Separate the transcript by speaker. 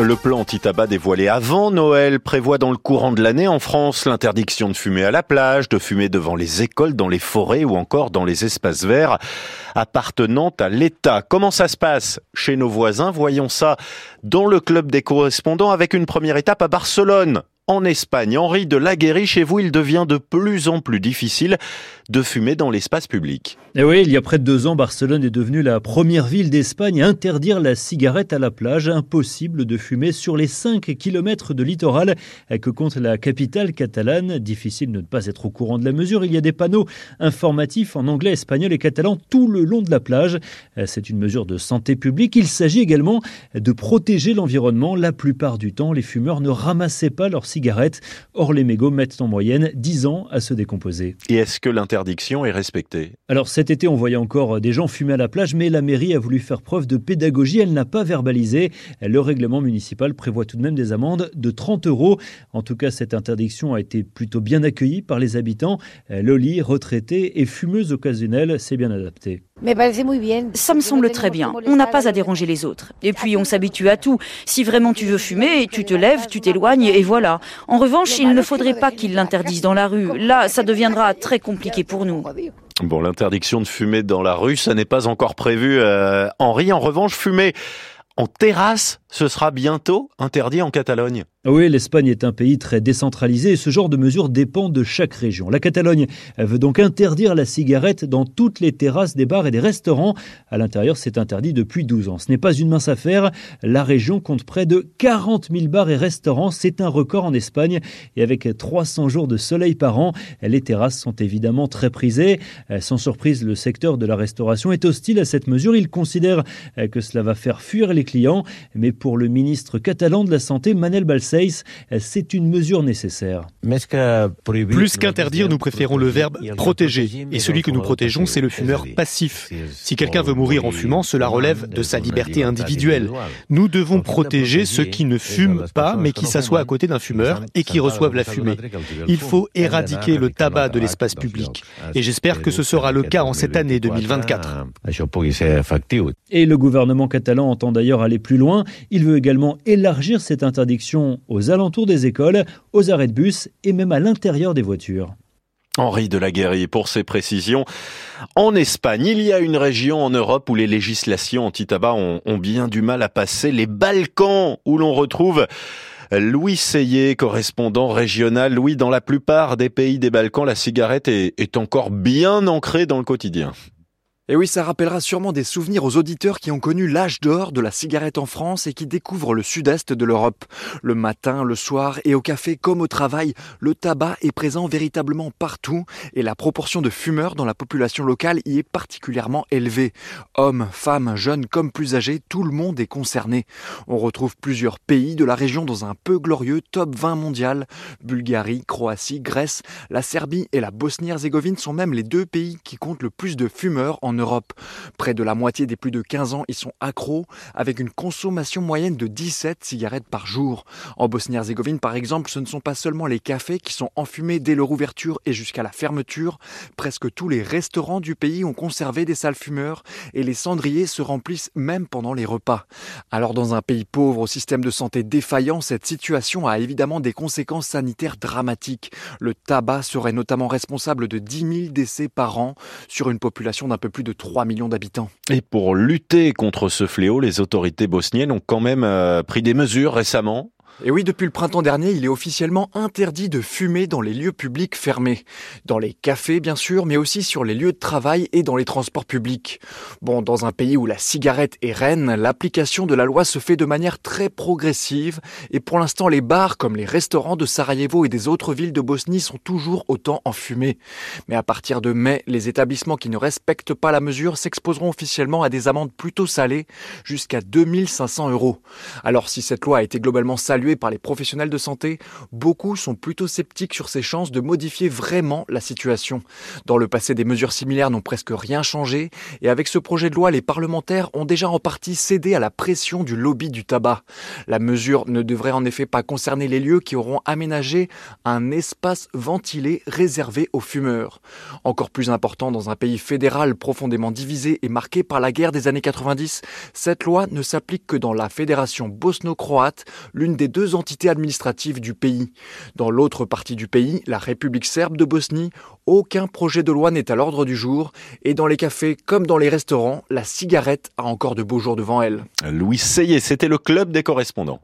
Speaker 1: Le plan anti-tabac dévoilé avant Noël prévoit dans le courant de l'année en France l'interdiction de fumer à la plage, de fumer devant les écoles, dans les forêts ou encore dans les espaces verts appartenant à l'État. Comment ça se passe chez nos voisins? Voyons ça dans le club des correspondants avec une première étape à Barcelone. En Espagne, Henri de Laguérie, chez vous, il devient de plus en plus difficile de fumer dans l'espace public.
Speaker 2: Et oui, il y a près de 2 ans, Barcelone est devenue la première ville d'Espagne à interdire la cigarette à la plage. Impossible de fumer sur les 5 km de littoral que compte la capitale catalane. Difficile de ne pas être au courant de la mesure. Il y a des panneaux informatifs en anglais, espagnol et catalan tout le long de la plage. C'est une mesure de santé publique. Il s'agit également de protéger l'environnement. La plupart du temps, les fumeurs ne ramassaient pas leurs cigarettes. Or, les mégots mettent en moyenne 10 ans à se décomposer.
Speaker 1: Et est-ce que l'interdiction est respectée?
Speaker 2: Alors cet été, on voyait encore des gens fumer à la plage, mais la mairie a voulu faire preuve de pédagogie. Elle n'a pas verbalisé. Le règlement municipal prévoit tout de même des amendes de 30 €. En tout cas, cette interdiction a été plutôt bien accueillie par les habitants. Loli, retraitée et fumeuse occasionnelle, c'est bien adapté.
Speaker 3: Ça me semble très bien. On n'a pas à déranger les autres. Et puis on s'habitue à tout. Si vraiment tu veux fumer, tu te lèves, tu t'éloignes et voilà. En revanche, il ne faudrait pas qu'ils l'interdisent dans la rue. Là, ça deviendra très compliqué pour nous.
Speaker 1: Bon, l'interdiction de fumer dans la rue, ça n'est pas encore prévu, Henri. En revanche, fumer en terrasse, ce sera bientôt interdit en Catalogne.
Speaker 2: Oui, l'Espagne est un pays très décentralisé et ce genre de mesures dépend de chaque région. La Catalogne veut donc interdire la cigarette dans toutes les terrasses des bars et des restaurants. À l'intérieur, c'est interdit depuis 12 ans. Ce n'est pas une mince affaire. La région compte près de 40 000 bars et restaurants. C'est un record en Espagne. Et avec 300 jours de soleil par an, les terrasses sont évidemment très prisées. Sans surprise, le secteur de la restauration est hostile à cette mesure. Il considère que cela va faire fuir les clients. Mais pour le ministre catalan de la Santé, Manel Balcells, c'est une mesure nécessaire.
Speaker 4: Plus qu'interdire, nous préférons le verbe protéger. Et celui que nous protégeons, c'est le fumeur passif. Si quelqu'un veut mourir en fumant, cela relève de sa liberté individuelle. Nous devons protéger ceux qui ne fument pas, mais qui s'assoient à côté d'un fumeur et qui reçoivent la fumée. Il faut éradiquer le tabac de l'espace public. Et j'espère que ce sera le cas en cette année 2024.
Speaker 2: Et le gouvernement catalan entend d'ailleurs aller plus loin. Il veut également élargir cette interdiction aux alentours des écoles, aux arrêts de bus et même à l'intérieur des voitures.
Speaker 1: Henri de Laguérie pour ses précisions. En Espagne, il y a une région en Europe où les législations anti-tabac ont bien du mal à passer, les Balkans, où l'on retrouve Louis Seyé, correspondant régional. Louis, dans la plupart des pays des Balkans, la cigarette est encore bien ancrée dans le quotidien.
Speaker 5: Et oui, ça rappellera sûrement des souvenirs aux auditeurs qui ont connu l'âge d'or de la cigarette en France et qui découvrent le sud-est de l'Europe. Le matin, le soir et au café comme au travail, le tabac est présent véritablement partout et la proportion de fumeurs dans la population locale y est particulièrement élevée. Hommes, femmes, jeunes comme plus âgés, tout le monde est concerné. On retrouve plusieurs pays de la région dans un peu glorieux top 20 mondial. Bulgarie, Croatie, Grèce, la Serbie et la Bosnie-Herzégovine sont même les 2 pays qui comptent le plus de fumeurs en Europe. Près de la moitié des plus de 15 ans y sont accros, avec une consommation moyenne de 17 cigarettes par jour. En Bosnie-Herzégovine, par exemple, ce ne sont pas seulement les cafés qui sont enfumés dès leur ouverture et jusqu'à la fermeture. Presque tous les restaurants du pays ont conservé des salles fumeurs et les cendriers se remplissent même pendant les repas. Alors dans un pays pauvre au système de santé défaillant, cette situation a évidemment des conséquences sanitaires dramatiques. Le tabac serait notamment responsable de 10 000 décès par an sur une population d'un peu plus de 3 millions d'habitants.
Speaker 1: Et pour lutter contre ce fléau, les autorités bosniennes ont quand même pris des mesures récemment.
Speaker 5: Et oui, depuis le printemps dernier, il est officiellement interdit de fumer dans les lieux publics fermés. Dans les cafés, bien sûr, mais aussi sur les lieux de travail et dans les transports publics. Bon, dans un pays où la cigarette est reine, l'application de la loi se fait de manière très progressive. Et pour l'instant, les bars, comme les restaurants de Sarajevo et des autres villes de Bosnie, sont toujours autant enfumés. Mais à partir de mai, les établissements qui ne respectent pas la mesure s'exposeront officiellement à des amendes plutôt salées, jusqu'à 2 500 €. Alors si cette loi a été globalement saluée évalué par les professionnels de santé, beaucoup sont plutôt sceptiques sur ses chances de modifier vraiment la situation. Dans le passé, des mesures similaires n'ont presque rien changé et avec ce projet de loi, les parlementaires ont déjà en partie cédé à la pression du lobby du tabac. La mesure ne devrait en effet pas concerner les lieux qui auront aménagé un espace ventilé réservé aux fumeurs. Encore plus important, dans un pays fédéral profondément divisé et marqué par la guerre des années 90, cette loi ne s'applique que dans la fédération bosno-croate, l'une des 2 entités administratives du pays. Dans l'autre partie du pays, la République serbe de Bosnie, aucun projet de loi n'est à l'ordre du jour et dans les cafés comme dans les restaurants, la cigarette a encore de beaux jours devant elle.
Speaker 1: Louis Seyé, c'était le club des correspondants.